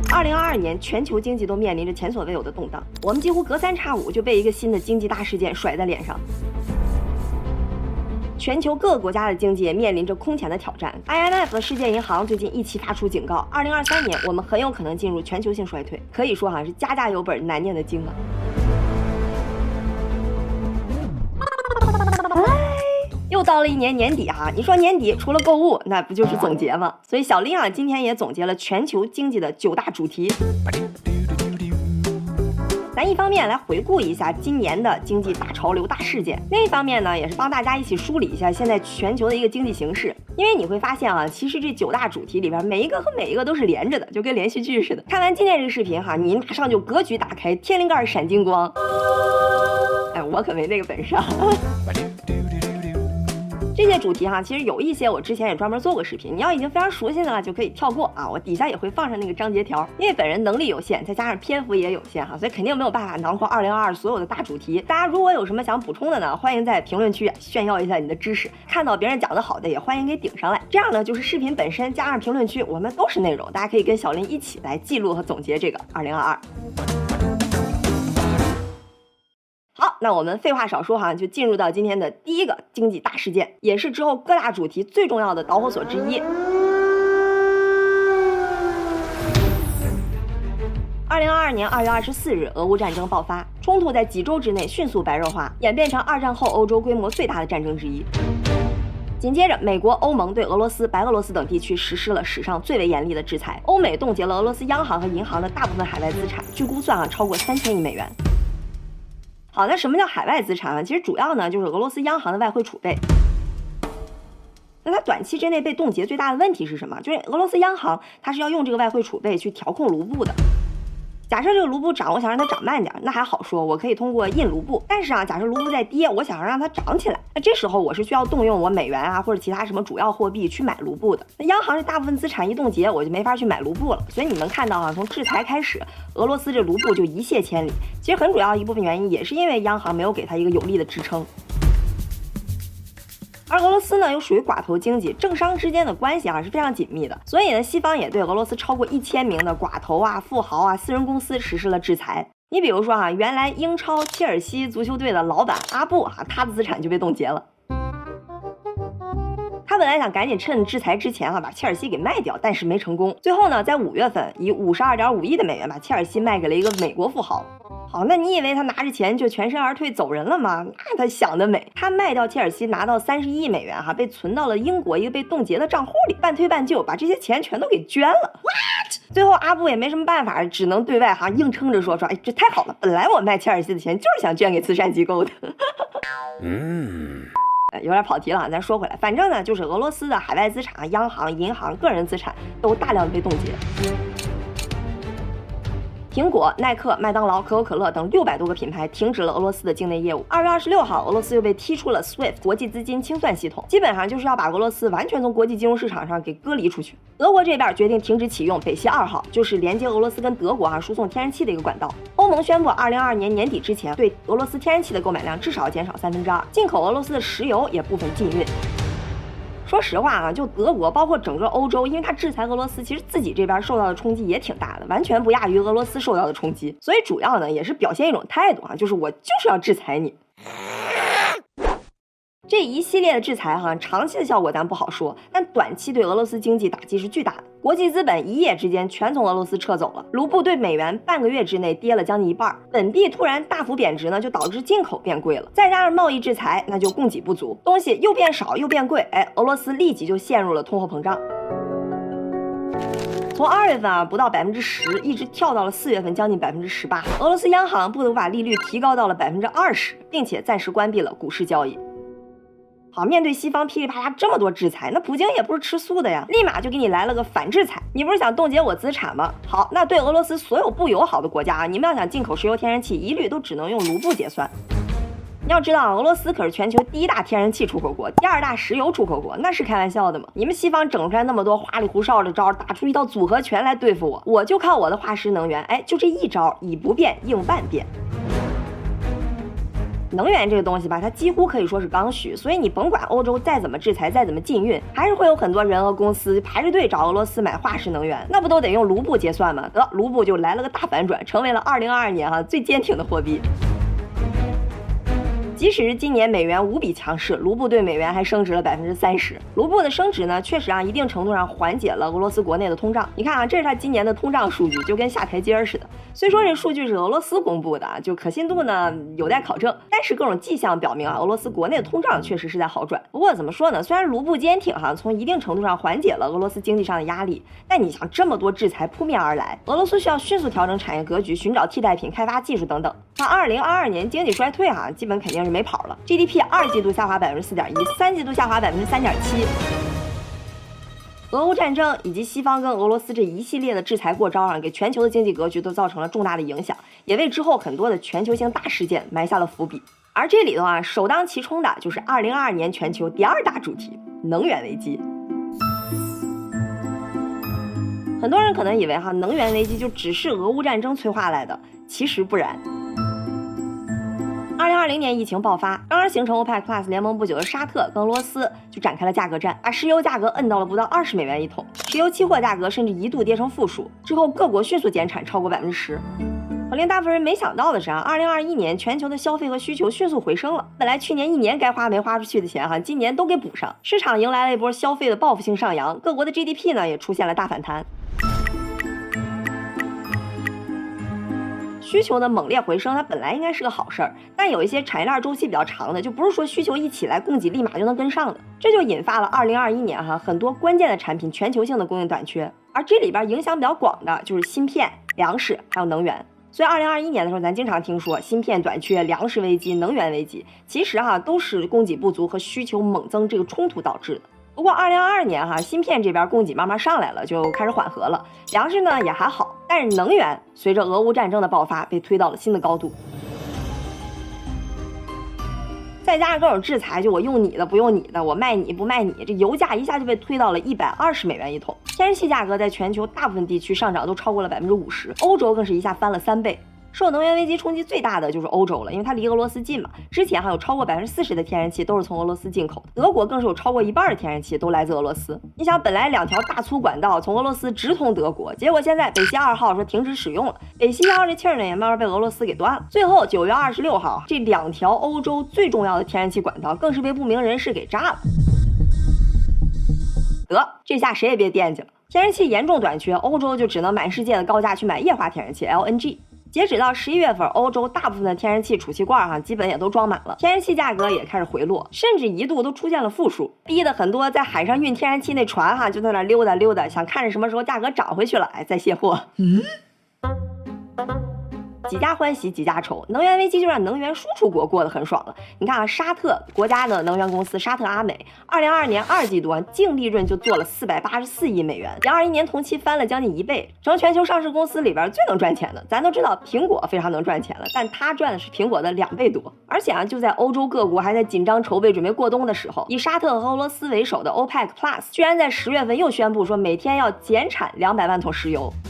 2022年，全球经济都面临着前所未有的动荡，我们几乎隔三差五就被一个新的经济大事件甩在脸上。全球各个国家的经济也面临着空前的挑战。IMF 和世界银行最近一起发出警告，2023年我们很有可能进入全球性衰退，可以说是家家有本难念的经啊。又到了一年年底你说年底除了购物，那不就是总结吗？所以小林今天也总结了全球经济的9大主题。咱一方面来回顾一下今年的经济大潮流、大事件，另一方面呢，也是帮大家一起梳理一下现在全球的一个经济形势。因为你会发现其实这9大主题里边每一个和每一个都是连着的，就跟连续剧似的。看完今天这个视频你马上就格局打开，天灵盖闪金光。我可没那个本事这些主题其实有一些我之前也专门做过视频，你要已经非常熟悉的了就可以跳过我底下也会放上那个章节条。因为本人能力有限，再加上篇幅也有限所以肯定没有办法囊括2022所有的大主题。大家如果有什么想补充的呢，欢迎在评论区炫耀一下你的知识，看到别人讲的好的也欢迎给顶上来。这样呢，就是视频本身加上评论区，我们都是内容，大家可以跟小林一起来记录和总结这个2022。好，那我们废话少说就进入到今天的第一个经济大事件，也是之后各大主题最重要的导火索之一。2022年2月24日，俄乌战争爆发，冲突在几周之内迅速白热化，演变成2战后欧洲规模最大的战争之一。紧接着，美国、欧盟对俄罗斯、白俄罗斯等地区实施了史上最为严厉的制裁，欧美冻结了俄罗斯央行和银行的大部分海外资产，据估算超过3000亿美元。好，那什么叫海外资产其实主要呢就是俄罗斯央行的外汇储备。那它短期之内被冻结最大的问题是什么？就是俄罗斯央行它是要用这个外汇储备去调控卢布的。假设这个卢布涨，我想让它涨慢点，那还好说，我可以通过印卢布。但是假设卢布在跌，我想让它涨起来，那这时候我是需要动用我美元或者其他什么主要货币去买卢布的。那央行这大部分资产一冻结，我就没法去买卢布了。所以你能看到从制裁开始，俄罗斯这卢布就一泻千里。其实很主要一部分原因也是因为央行没有给它一个有力的支撑。而俄罗斯呢又属于寡头经济，政商之间的关系是非常紧密的，所以呢西方也对俄罗斯超过1000名的寡头富豪私人公司实施了制裁。你比如说原来英超切尔西足球队的老板阿布他的资产就被冻结了。他本来想赶紧趁制裁之前把切尔西给卖掉，但是没成功。最后呢在5月份以52.5亿的美元把切尔西卖给了一个美国富豪。好，那你以为他拿着钱就全身而退走人了吗？那他想得美，他卖掉切尔西拿到31亿美元被存到了英国一个被冻结的账户里，半推半就把这些钱全都给捐了。What？ 最后阿布也没什么办法，只能对外硬撑着说这太好了，本来我卖切尔西的钱就是想捐给慈善机构的。有点跑题了，咱说回来，反正呢就是俄罗斯的海外资产、央行、银行、个人资产都大量被冻结。苹果、耐克、麦当劳、可口可乐等600多个品牌停止了俄罗斯的境内业务。2月26号，俄罗斯又被踢出了 SWIFT 国际资金清算系统，基本上就是要把俄罗斯完全从国际金融市场上给割离出去。德国这边决定停止启用北溪2号，就是连接俄罗斯跟德国输送天然气的一个管道。欧盟宣布2022年年底之前对俄罗斯天然气的购买量至少减少2/3，进口俄罗斯的石油也部分禁运。说实话就德国包括整个欧洲，因为它制裁俄罗斯，其实自己这边受到的冲击也挺大的，完全不亚于俄罗斯受到的冲击。所以主要呢也是表现一种态度就是我就是要制裁你。这一系列的制裁长期的效果咱不好说，但短期对俄罗斯经济打击是巨大的。国际资本一夜之间全从俄罗斯撤走了，卢布对美元半个月之内跌了将近一半，本币突然大幅贬值就导致进口变贵了，再加上贸易制裁，那就供给不足，东西又变少又变贵，俄罗斯立即就陷入了通货膨胀。从2月份不到10%，一直跳到了4月份将近18%，俄罗斯央行不得不把利率提高到了20%，并且暂时关闭了股市交易。好，面对西方噼里啪啦这么多制裁，那普京也不是吃素的呀，立马就给你来了个反制裁。你不是想冻结我资产吗？好，那对俄罗斯所有不友好的国家你们要想进口石油天然气，一律都只能用卢布结算。你要知道俄罗斯可是全球第1大天然气出口国，第2大石油出口国，那是开玩笑的吗？你们西方整出来那么多花里胡哨的招，打出一套组合拳来对付我，我就靠我的化石能源，就这一招，以不变应万变。 能源这个东西吧，它几乎可以说是刚需，所以你甭管欧洲再怎么制裁，再怎么禁运，还是会有很多人和公司排着队找俄罗斯买化石能源，那不都得用卢布结算吗？得，卢布就来了个大反转，成为了2022年最坚挺的货币。即使今年美元无比强势，卢布对美元还升值了30%。卢布的升值呢，确实一定程度上缓解了俄罗斯国内的通胀。你看这是它今年的通胀数据，就跟下台阶似的。虽说这数据是俄罗斯公布的，就可信度呢有待考证，但是各种迹象表明俄罗斯国内的通胀确实是在好转。不过怎么说呢，虽然卢布坚挺从一定程度上缓解了俄罗斯经济上的压力，但你想这么多制裁扑面而来，俄罗斯需要迅速调整产业格局，寻找替代品，开发技术等等。那2022年经济衰退基本肯定是没跑了。GDP 2季度下滑4.1%，3季度下滑3.7%。俄乌战争以及西方跟俄罗斯这一系列的制裁过招给全球的经济格局都造成了重大的影响，也为之后很多的全球性大事件埋下了伏笔。而这里头首当其冲的就是2022年全球第2大主题——能源危机。很多人可能以为能源危机就只是俄乌战争催化来的，其实不然。2020年疫情爆发，刚刚形成 OPEC Plus 联盟不久的沙特跟俄罗斯就展开了价格战，把石油价格摁到了不到20美元一桶，石油期货价格甚至一度跌成负数。之后各国迅速减产超过10%。令大部分人没想到的是2021年全球的消费和需求迅速回升了，本来去年1年该花没花出去的钱今年都给补上，市场迎来了一波消费的报复性上扬，各国的 GDP 呢也出现了大反弹。需求的猛烈回升，它本来应该是个好事儿，但有一些产业链周期比较长的，就不是说需求一起来，供给立马就能跟上的，这就引发了2021年很多关键的产品全球性的供应短缺，而这里边影响比较广的就是芯片、粮食还有能源。所以2021年的时候，咱经常听说芯片短缺、粮食危机、能源危机，其实都是供给不足和需求猛增这个冲突导致的。不过2022年芯片这边供给慢慢上来了，就开始缓和了，粮食呢也还好，但是能源随着俄乌战争的爆发被推到了新的高度，再加上各种制裁，就我用你的不用你的，我卖你不卖你，这油价一下就被推到了120美元一桶。天然气价格在全球大部分地区上涨都超过了50%，欧洲更是一下翻了3倍。受能源危机冲击最大的就是欧洲了，因为它离俄罗斯近嘛。之前有超过40%的天然气都是从俄罗斯进口，德国更是有超过1半的天然气都来自俄罗斯。你想，本来2条大粗管道从俄罗斯直通德国，结果现在北溪2号说停止使用了，北溪1号这气儿呢也慢慢被俄罗斯给断了。最后9月26号，这2条欧洲最重要的天然气管道更是被不明人士给炸了。得，这下谁也别惦记了，天然气严重短缺，欧洲就只能满世界的高价去买液化天然气 LNG。截止到11月份，欧洲大部分的天然气储气罐基本也都装满了，天然气价格也开始回落，甚至一度都出现了负数，逼得很多在海上运天然气那船就在那溜达溜达，想看着什么时候价格涨回去了，再卸货。几家欢喜几家愁，能源危机就让能源输出国过得很爽了。你看沙特国家的能源公司沙特阿美，2022年2季度净利润就做了484亿美元，比21年同期翻了将近1倍，成全球上市公司里边最能赚钱的。咱都知道苹果非常能赚钱了，但它赚的是苹果的2倍多。而且就在欧洲各国还在紧张筹备准备过冬的时候，以沙特和俄罗斯为首的 OPEC Plus 居然在10月份又宣布说每天要减产200万桶石油。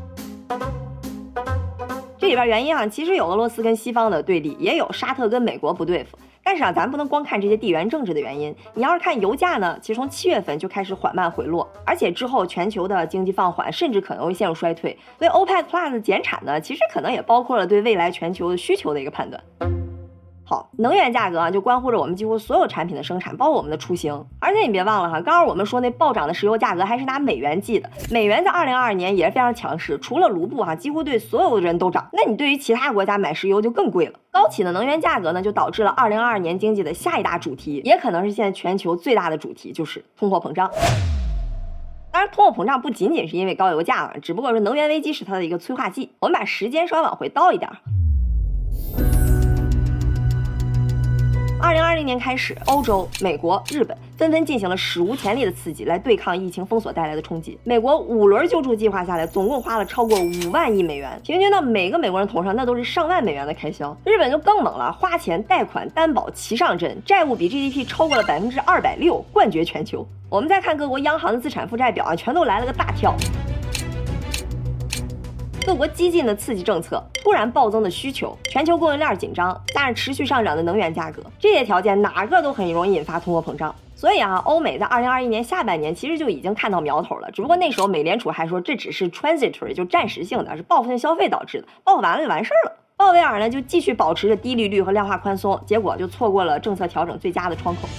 这里边原因其实有俄罗斯跟西方的对立，也有沙特跟美国不对付。但是咱不能光看这些地缘政治的原因，你要是看油价呢，其实从7月份就开始缓慢回落，而且之后全球的经济放缓，甚至可能会陷入衰退。所以 OPEC Plus 减产呢，其实可能也包括了对未来全球的需求的一个判断。好，能源价格就关乎着我们几乎所有产品的生产，包括我们的出行。而且你别忘了刚刚我们说那暴涨的石油价格还是拿美元计的，美元在2022年也是非常强势，除了卢布几乎对所有的人都涨。那你对于其他国家买石油就更贵了。高企的能源价格呢，就导致了2022年经济的下一大主题，也可能是现在全球最大的主题，就是通货膨胀。当然，通货膨胀不仅仅是因为高油价只不过是能源危机是它的一个催化剂。我们把时间稍微往回倒一点。2020年开始，欧洲、美国、日本纷纷进行了史无前例的刺激，来对抗疫情封锁带来的冲击。美国5轮救助计划下来，总共花了超过5万亿美元，平均到每个美国人头上那都是上万美元的开销。日本就更猛了，花钱、贷款、担保齐上阵，债务比 GDP 超过了260%，冠绝全球。我们再看各国央行的资产负债表全都来了个大跳。 各国激进的刺激政策，突然暴增的需求，全球供应链紧张，加上持续上涨的能源价格，这些条件哪个都很容易引发通货膨胀。所以啊，欧美在2021年下半年其实就已经看到苗头了，只不过那时候美联储还说这只是 transitory， 就暂时性的，是报复性消费导致的，报复完了就完事儿了。鲍威尔呢就继续保持着低利率和量化宽松，结果就错过了政策调整最佳的窗口。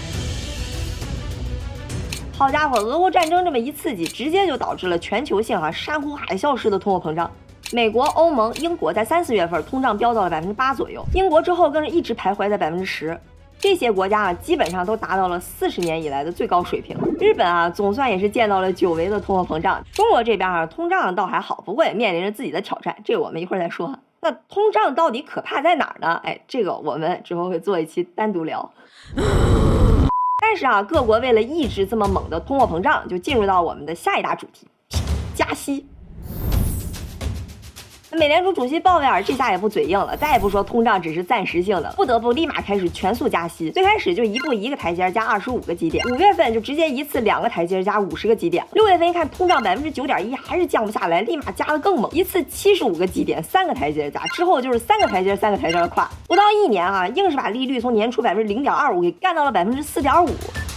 好家伙，俄乌战争这么一刺激，直接就导致了全球性山呼海啸式的通货膨胀。美国、欧盟、英国在3、4月份通胀飙到了8%左右，英国之后更是一直徘徊在10%。这些国家基本上都达到了40年以来的最高水平。日本总算也是见到了久违的通货膨胀。中国这边通胀倒还好，不过也面临着自己的挑战，这个我们一会儿再说。那通胀到底可怕在哪儿呢？这个我们之后会做一期单独聊。但是各国为了抑制这么猛的通货膨胀，就进入到我们的下一大主题——加息。美联储主席鲍威尔这下也不嘴硬了，再也不说通胀只是暂时性的，不得不立马开始全速加息。最开始就一步1个台阶加25个基点，5月份就直接一次2个台阶加50个基点，6月份一看通胀9.1%还是降不下来，立马加得更猛，一次75个基点，3个台阶加，之后就是3个台阶的跨，不到1年硬是把利率从年初0.25%给干到了4.5%。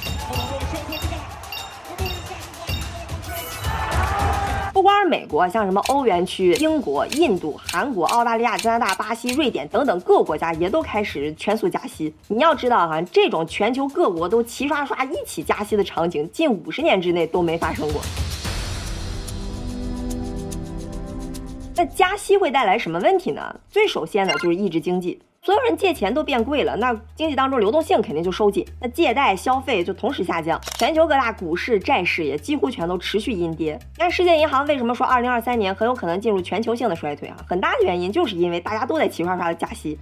不光是美国，像什么欧元区、英国、印度、韩国、澳大利亚、加拿大、巴西、瑞典等等各个国家也都开始全速加息。你要知道这种全球各国都齐刷刷一起加息的场景，近50年之内都没发生过。那加息会带来什么问题呢？最首先呢就是抑制经济。所有人借钱都变贵了，那经济当中流动性肯定就收紧，那借贷消费就同时下降，全球各大股市债市也几乎全都持续阴跌。你看世界银行为什么说2023年很有可能进入全球性的衰退很大的原因就是因为大家都在齐刷刷的加息。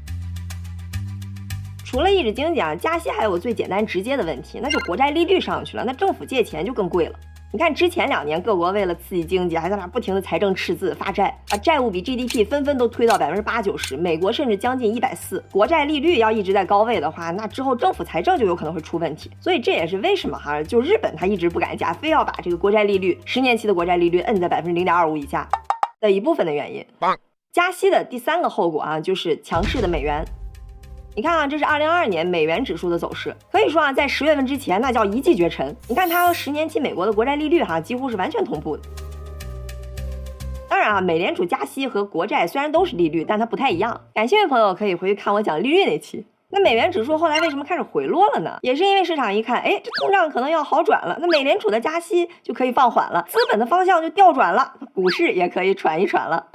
除了抑制经济加息还有个最简单直接的问题，那就国债利率上去了，那政府借钱就更贵了。你看之前2年各国为了刺激经济还在那不停的财政赤字发债，把债务比 GDP 纷纷都推到80%、90%，美国甚至将近140%。国债利率要一直在高位的话，那之后政府财政就有可能会出问题。所以这也是为什么就日本他一直不敢加，非要把这个国债利率10年期的国债利率摁在0.25%以下的一部分的原因。加息的第3个后果就是强势的美元。你看这是2022年美元指数的走势，可以说在10月份之前那叫一骑绝尘。你看它和10年期美国的国债利率几乎是完全同步的。当然美联储加息和国债虽然都是利率，但它不太一样。感兴趣的朋友可以回去看我讲利率那期。那美元指数后来为什么开始回落了呢？也是因为市场一看，这通胀可能要好转了，那美联储的加息就可以放缓了，资本的方向就调转了，股市也可以喘一喘了。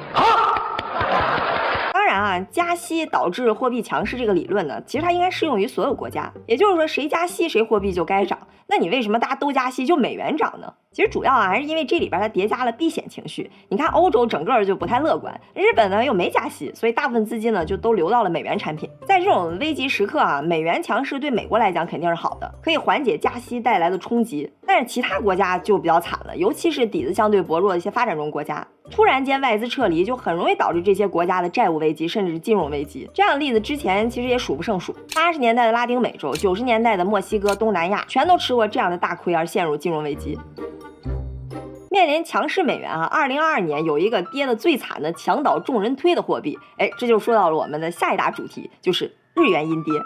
当然加息导致货币强势这个理论呢，其实它应该适用于所有国家，也就是说谁加息谁货币就该涨。那你为什么大家都加息就美元涨呢？其实主要还是因为这里边它叠加了避险情绪。你看欧洲整个就不太乐观，日本呢又没加息，所以大部分资金呢就都流到了美元产品。在这种危急时刻美元强势对美国来讲肯定是好的，可以缓解加息带来的冲击。但是其他国家就比较惨了，尤其是底子相对薄弱的一些发展中国家，突然间外资撤离就很容易导致这些国家的债务危机甚至是金融危机。这样的例子之前其实也数不胜数，80年代的拉丁美洲、90年代的墨西哥、东南亚全都吃过这样的大亏而陷入金融危机。面临强势美元2022年有一个跌得最惨的墙倒众人推的货币，这就说到了我们的下一大主题，就是日元阴跌。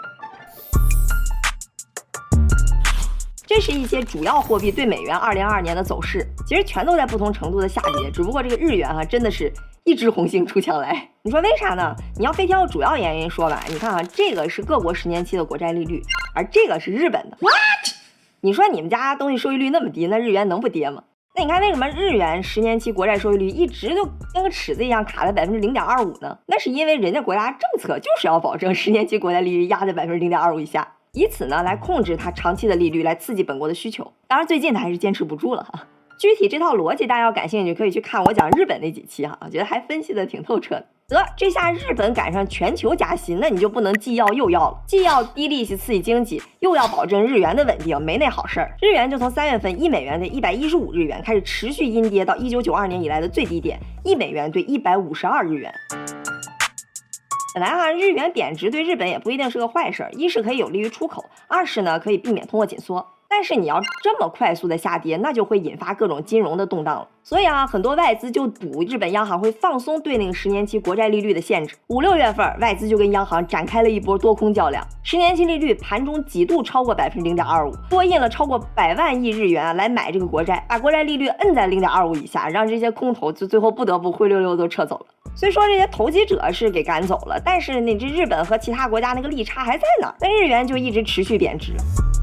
这是一些主要货币对美元2022年的走势，其实全都在不同程度的下跌，只不过这个日元真的是一枝红杏出墙来。你说为啥呢？你要非挑主要原因说吧，你看这个是各国10年期的国债利率，而这个是日本的。What？ 你说你们家东西收益率那么低，那日元能不跌吗？那你看为什么日元10年期国债收益率一直就跟个尺子一样卡在0.25%呢？那是因为人家国家政策就是要保证10年期国债利率压在0.25%以下，以此呢来控制它长期的利率，来刺激本国的需求。当然最近它还是坚持不住了具体这套逻辑大家要感兴趣可以去看我讲日本那几期我觉得还分析的挺透彻的。这下日本赶上全球加息，那你就不能既要又要了，既要低利息刺激经济，又要保证日元的稳定，没那好事儿。日元就从3月份1美元对115日元开始持续阴跌到1992年以来的最低点1美元对152日元。本来日元贬值对日本也不一定是个坏事，一是可以有利于出口，二是呢可以避免通货紧缩。但但是你要这么快速的下跌，那就会引发各种金融的动荡了。所以啊，很多外资就赌日本央行会放松对那个10年期国债利率的限制。5、6月份，外资就跟央行展开了一波多空较量，10年期利率盘中几度超过0.25%，多印了超过100万亿日元来买这个国债，把国债利率摁在0.25以下，让这些空头就最后不得不灰溜溜都撤走了。所以说这些投机者是给赶走了，但是这日本和其他国家那个利差还在那儿，那日元就一直持续贬值。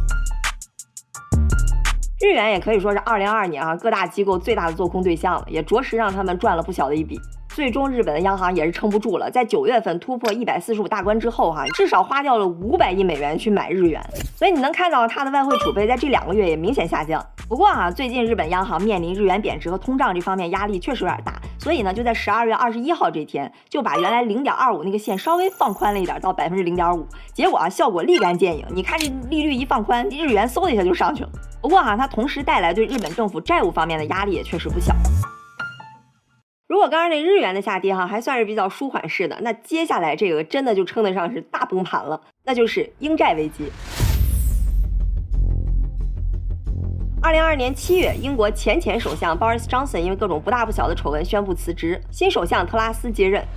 日元也可以说是2022年各大机构最大的做空对象了，也着实让他们赚了不小的一笔。最终日本的央行也是撑不住了，在9月份突破145大关之后至少花掉了500亿美元去买日元，所以你能看到它的外汇储备在这2个月也明显下降。不过最近日本央行面临日元贬值和通胀这方面压力确实有点大，所以呢就在12月21号这天就把原来0.25那个线稍微放宽了一点到0.5%，结果效果立竿见影。你看这利率一放宽，日元嗖的一下就上去了。不过它同时带来对日本政府债务方面的压力也确实不小。如果刚刚那日元的下跌还算是比较舒缓式的，那接下来这个真的就称得上是大崩盘了，那就是英债危机。2022年7月，英国前首相 Boris Johnson 因为各种不大不小的丑闻宣布辞职，新首相特拉斯接任。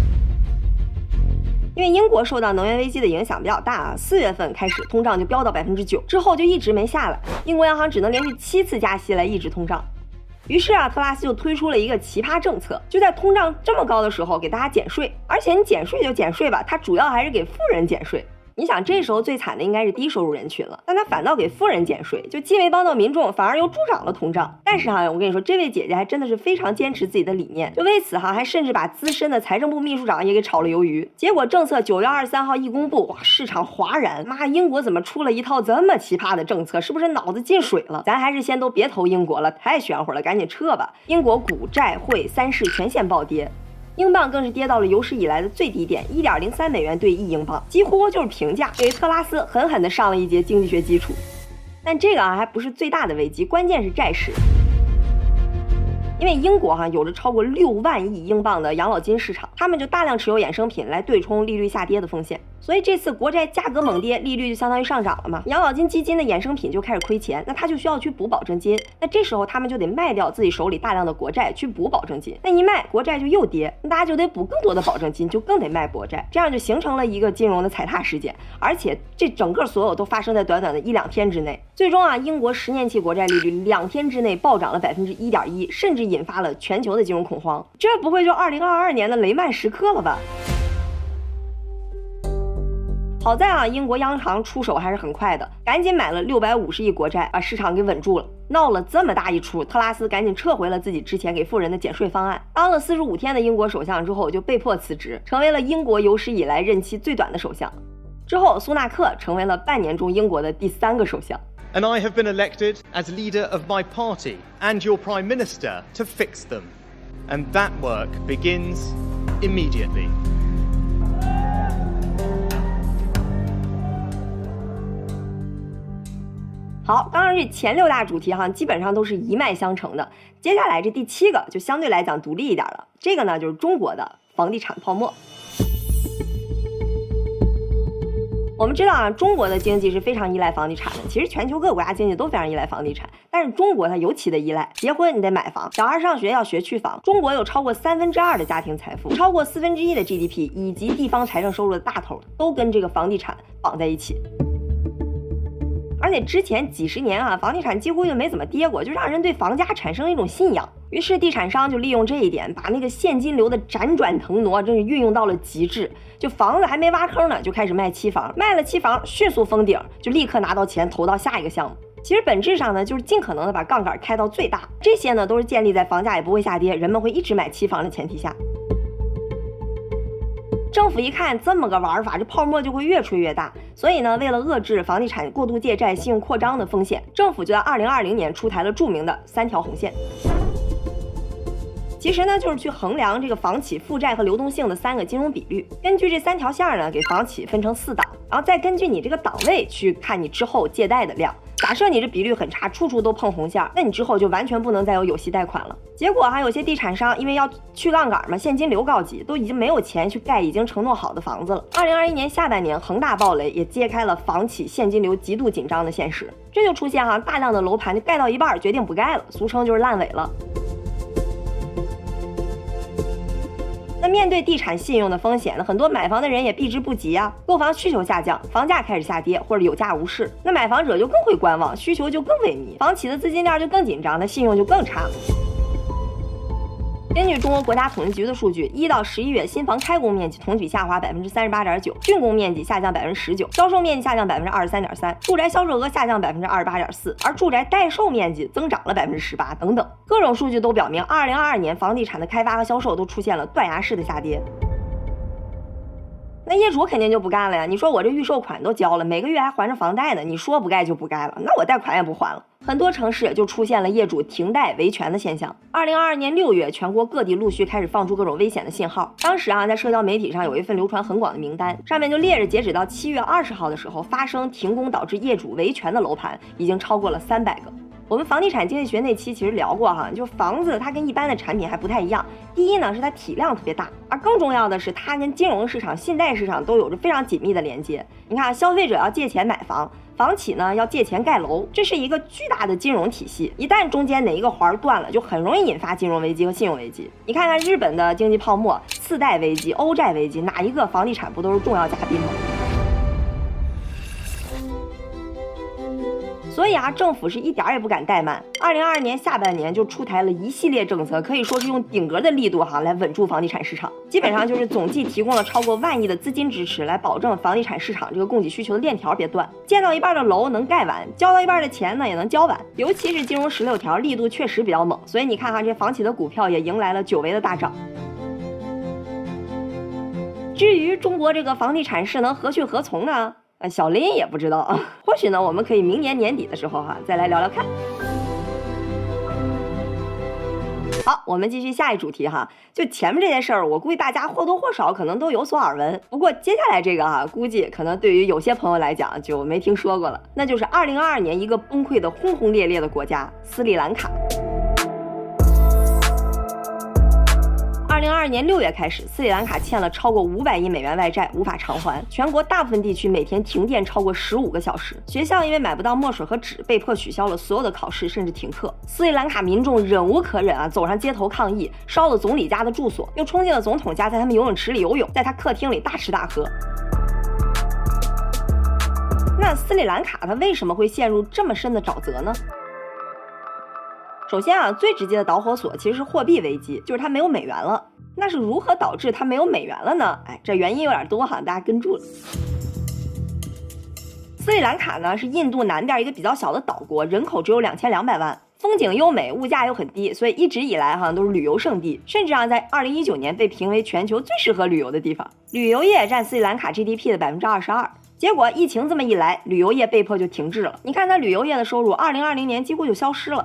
因为英国受到能源危机的影响比较大4月份开始通胀就飙到9%，之后就一直没下来，英国央行只能连续7次加息来抑制通胀。于是特拉斯就推出了一个奇葩政策，就在通胀这么高的时候给大家减税，而且你减税就减税吧，他主要还是给富人减税。你想这时候最惨的应该是低收入人群了，但他反倒给富人减税，就既没帮到民众，反而又助长了通胀。但是我跟你说，这位姐姐还真的是非常坚持自己的理念，就为此还甚至把资深的财政部秘书长也给炒了鱿鱼。结果政策9月23号一公布，哇，市场哗然，妈，英国怎么出了一套这么奇葩的政策？是不是脑子进水了？咱还是先都别投英国了，太玄乎了，赶紧撤吧。英国股债汇三市全线暴跌。英镑更是跌到了有史以来的最低点，1.03美元兑1英镑，几乎就是平价，给特拉斯狠狠地上了一节经济学基础。但这个还不是最大的危机，关键是债市。因为英国有着超过6万亿英镑的养老金市场，他们就大量持有衍生品来对冲利率下跌的风险，所以这次国债价格猛跌，利率就相当于上涨了嘛，养老金基金的衍生品就开始亏钱，那他就需要去补保证金，那这时候他们就得卖掉自己手里大量的国债去补保证金，那一卖国债就又跌，那大家就得补更多的保证金，就更得卖国债，这样就形成了一个金融的踩踏事件，而且这整个所有都发生在短短的1-2天之内。最终英国10年期国债利率2天之内暴涨了1.1%，甚至引发了全球的金融恐慌，这不会就2022年的雷曼时刻了吧？好在英国央行出手还是很快的，赶紧买了650亿国债，把市场给稳住了。闹了这么大一出，特拉斯赶紧撤回了自己之前给富人的减税方案。当了45天的英国首相之后，就被迫辞职，成为了英国有史以来任期最短的首相。之后，苏纳克成为了半年中英国的第3个首相。 And I have been elected as leader of my party and your Prime Minister to fix them. And that work begins immediately. 好，刚刚这前6大主题基本上都是一脉相承的。接下来这第7个就相对来讲独立一点了，这个呢就是中国的房地产泡沫。我们知道中国的经济是非常依赖房地产的，其实全球各个国家经济都非常依赖房地产，但是中国它尤其的依赖。结婚你得买房，小孩上学要学区房，中国有超过2/3的家庭财富，超过1/4的 GDP 以及地方财政收入的大头都跟这个房地产绑在一起。而且之前几十年房地产几乎就没怎么跌过，就让人对房价产生了一种信仰。于是地产商就利用这一点，把那个现金流的辗转腾挪真是运用到了极致。就房子还没挖坑呢，就开始卖期房，卖了期房迅速封顶，就立刻拿到钱投到下一个项目。其实本质上呢，就是尽可能的把杠杆开到最大。这些呢都是建立在房价也不会下跌，人们会一直买期房的前提下。政府一看这么个玩法，这泡沫就会越吹越大，所以呢，为了遏制房地产过度借债、信用扩张的风险，政府就在2020年出台了著名的3条红线。其实呢，就是去衡量这个房企负债和流动性的3个金融比率，根据这3条线呢，给房企分成4档，然后再根据你这个档位去看你之后借贷的量。 假设你这比率很差，处处都碰红线，那你之后就完全不能再有息贷款了。结果还有些地产商因为要去杠杆嘛，现金流告急，都已经没有钱去盖已经承诺好的房子了。2021年下半年，恒大暴雷也揭开了房企现金流极度紧张的现实，这就出现大量的楼盘就盖到一半决定不盖了，俗称就是烂尾了。那面对地产信用的风险呢，很多买房的人也避之不及啊。购房需求下降，房价开始下跌或者有价无市，那买房者就更会观望，需求就更萎靡，房企的资金链就更紧张，那信用就更差。根据中国国家统计局的数据，1到11月新房开工面积同比下滑38.9%，竣工面积下降19%，销售面积下降23.3%，住宅销售额下降28.4%，而住宅待售面积增长了18%等等，各种数据都表明，2022年房地产的开发和销售都出现了断崖式的下跌。那业主肯定就不干了呀！你说我这预售款都交了，每个月还还着房贷呢，你说不盖就不盖了，那我贷款也不还了。很多城市就出现了业主停贷维权的现象。2022年6月，全国各地陆续开始放出各种危险的信号。当时在社交媒体上有一份流传很广的名单，上面就列着截止到7月20号的时候发生停工导致业主维权的楼盘已经超过了300个。我们房地产经济学那期其实聊过就房子它跟一般的产品还不太一样。第一呢是它体量特别大，而更重要的是它跟金融市场、信贷市场都有着非常紧密的连接。你看，消费者要借钱买房，房企呢要借钱盖楼，这是一个巨大的金融体系。一旦中间哪一个环断了，就很容易引发金融危机和信用危机。你看看日本的经济泡沫、次贷危机、欧债危机，哪一个房地产不都是重要嘉宾吗？所以政府是一点也不敢怠慢。2022年下半年就出台了一系列政策，可以说是用顶格的力度来稳住房地产市场。基本上就是总计提供了超过1万亿的资金支持，来保证房地产市场这个供给需求的链条别断，建到一半的楼能盖完，交到一半的钱呢也能交完。尤其是金融16条力度确实比较猛，所以你看这房企的股票也迎来了久违的大涨。至于中国这个房地产势能何去何从呢？小林也不知道啊，或许呢，我们可以明年年底的时候再来聊聊看。好，我们继续下一主题就前面这件事儿，我估计大家或多或少可能都有所耳闻。不过接下来这个估计可能对于有些朋友来讲就没听说过了，那就是2022年一个崩溃的轰轰烈烈的国家——斯里兰卡。2022年6月开始，斯里兰卡欠了超过500亿美元外债，无法偿还。全国大部分地区每天停电超过15个小时，学校因为买不到墨水和纸，被迫取消了所有的考试，甚至停课。斯里兰卡民众忍无可忍走上街头抗议，烧了总理家的住所，又冲进了总统家，在他们游泳池里游泳，在他客厅里大吃大喝。那斯里兰卡它为什么会陷入这么深的沼泽呢？首先最直接的导火索其实是货币危机，就是它没有美元了。那是如何导致它没有美元了呢？这原因有点多大家跟住了。斯里兰卡呢是印度南边一个比较小的岛国，人口只有2200万，风景优美，物价又很低，所以一直以来都是旅游胜地，甚至在2019年被评为全球最适合旅游的地方。旅游业占斯里兰卡 GDP 的22%。结果疫情这么一来，旅游业被迫就停滞了。你看它旅游业的收入2020年几乎就消失了。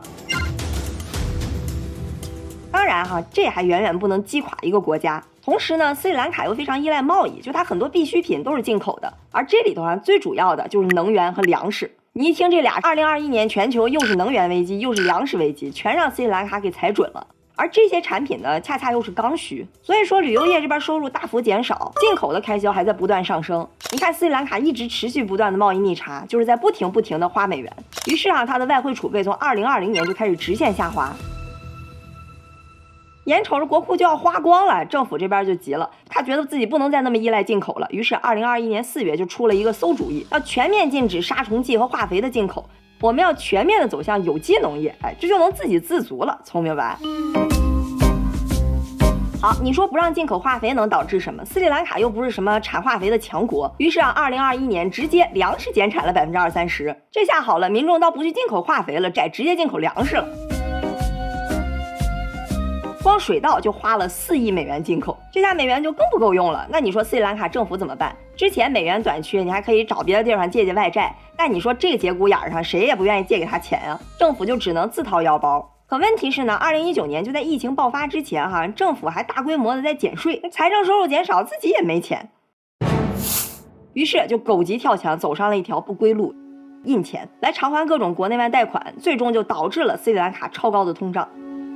当然这还远远不能击垮一个国家。同时呢，斯里兰卡又非常依赖贸易，就它很多必需品都是进口的，而这里头最主要的就是能源和粮食。你一听这俩，2021年全球又是能源危机又是粮食危机，全让斯里兰卡给踩准了。而这些产品呢，恰恰又是刚需，所以说旅游业这边收入大幅减少，进口的开销还在不断上升。你看斯里兰卡一直持续不断的贸易逆差，就是在不停的花美元，于是它的外汇储备从2020年就开始直线下滑。眼瞅着国库就要花光了，政府这边就急了，他觉得自己不能再那么依赖进口了，于是2021年4月就出了一个馊主意，要全面禁止杀虫剂和化肥的进口，我们要全面的走向有机农业，这就能自给自足了，聪明吧？好，你说不让进口化肥能导致什么？斯里兰卡又不是什么产化肥的强国，于是2021年直接粮食减产了20%-30%，这下好了，民众倒不去进口化肥了，改直接进口粮食了。光水稻就花了4亿美元进口，这下美元就更不够用了。那你说斯里兰卡政府怎么办？之前美元短缺，你还可以找别的地方借外债，但你说这个节骨眼上，谁也不愿意借给他钱啊，政府就只能自掏腰包。可问题是呢，2019年就在疫情爆发之前政府还大规模的在减税，财政收入减少，自己也没钱，于是就狗急跳墙，走上了一条不归路。 印钱来偿还各种国内外贷款，最终就导致了斯里兰卡超高的通胀。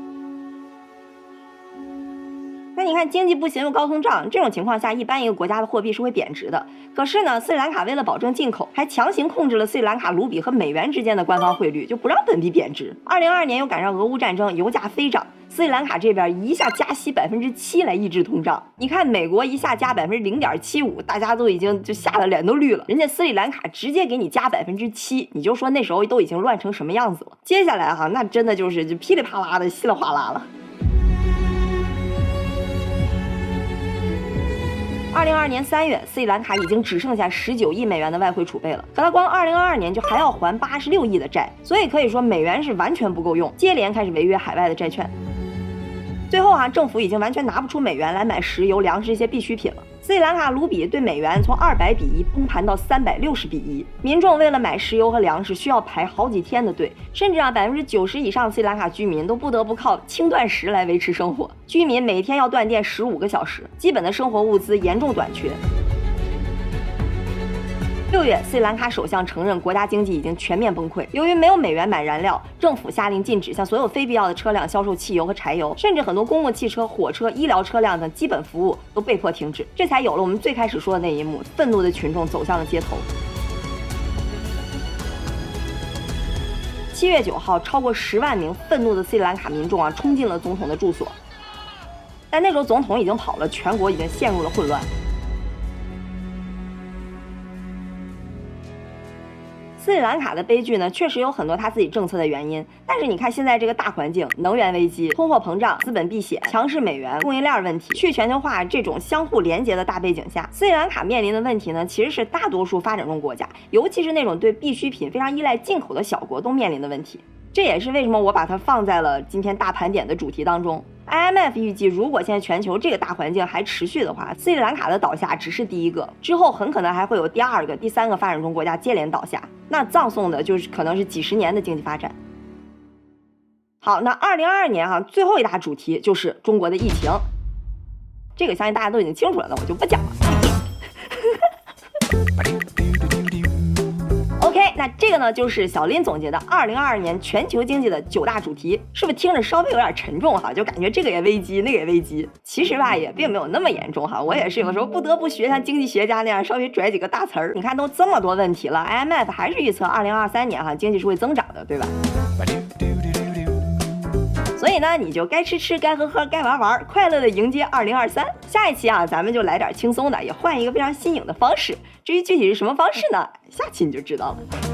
那你看经济不行又高通胀，这种情况下一般一个国家的货币是会贬值的。可是呢，斯里兰卡为了保证进口，还强行控制了斯里兰卡卢比和美元之间的官方汇率，就不让本币贬值。2022年又赶上俄乌战争，油价飞涨，斯里兰卡这边一下加息7%来抑制通胀。你看美国一下加0.75%，大家都已经就吓得脸都绿了，人家斯里兰卡直接给你加7%，你就说那时候都已经乱成什么样子了。接下来那真的就是就噼里啪啦的稀里哗啦了。2022年3月，斯里兰卡已经只剩下19亿美元的外汇储备了，可它光2022年就还要还86亿的债，所以可以说美元是完全不够用，接连开始违约海外的债券。最后政府已经完全拿不出美元来买石油、粮食这些必需品了。斯里兰卡卢比对美元从200比1崩盘到360比1，民众为了买石油和粮食需要排好几天的队，甚至让90%以上的斯里兰卡居民都不得不靠轻断食来维持生活。居民每天要断电15个小时，基本的生活物资严重短缺。6月，斯里兰卡首相承认国家经济已经全面崩溃。由于没有美元买燃料，政府下令禁止向所有非必要的车辆销售汽油和柴油，甚至很多公共汽车、火车、医疗车辆等基本服务都被迫停止。这才有了我们最开始说的那一幕：愤怒的群众走向了街头。7月9号，超过10万名愤怒的斯里兰卡民众冲进了总统的住所，但那时候总统已经跑了，全国已经陷入了混乱。斯里兰卡的悲剧呢，确实有很多他自己政策的原因，但是你看现在这个大环境，能源危机、通货膨胀、资本避险、强势美元、供应链问题、去全球化这种相互连接的大背景下，斯里兰卡面临的问题呢，其实是大多数发展中国家，尤其是那种对必需品非常依赖进口的小国都面临的问题。这也是为什么我把它放在了今天大盘点的主题当中。IMF 预计，如果现在全球这个大环境还持续的话，斯里兰卡的倒下只是第一个，之后很可能还会有第2个、第3个发展中国家接连倒下，那葬送的就是可能是几十年的经济发展。好，那2022年最后一大主题就是中国的疫情，这个相信大家都已经清楚了，那我就不讲了。OK， 那这个呢就是小林总结的2022年全球经济的9大主题，是不是听着稍微有点沉重就感觉这个也危机，那个也危机。其实也并没有那么严重我也是有时候不得不学像经济学家那样稍微拽几个大词儿。你看都这么多问题了 ，IMF 还是预测2023年经济是会增长的，对吧？所以呢，你就该吃吃，该喝喝，该玩玩，快乐的迎接2023。下一期咱们就来点轻松的，也换一个非常新颖的方式。至于具体是什么方式呢？下期你就知道了。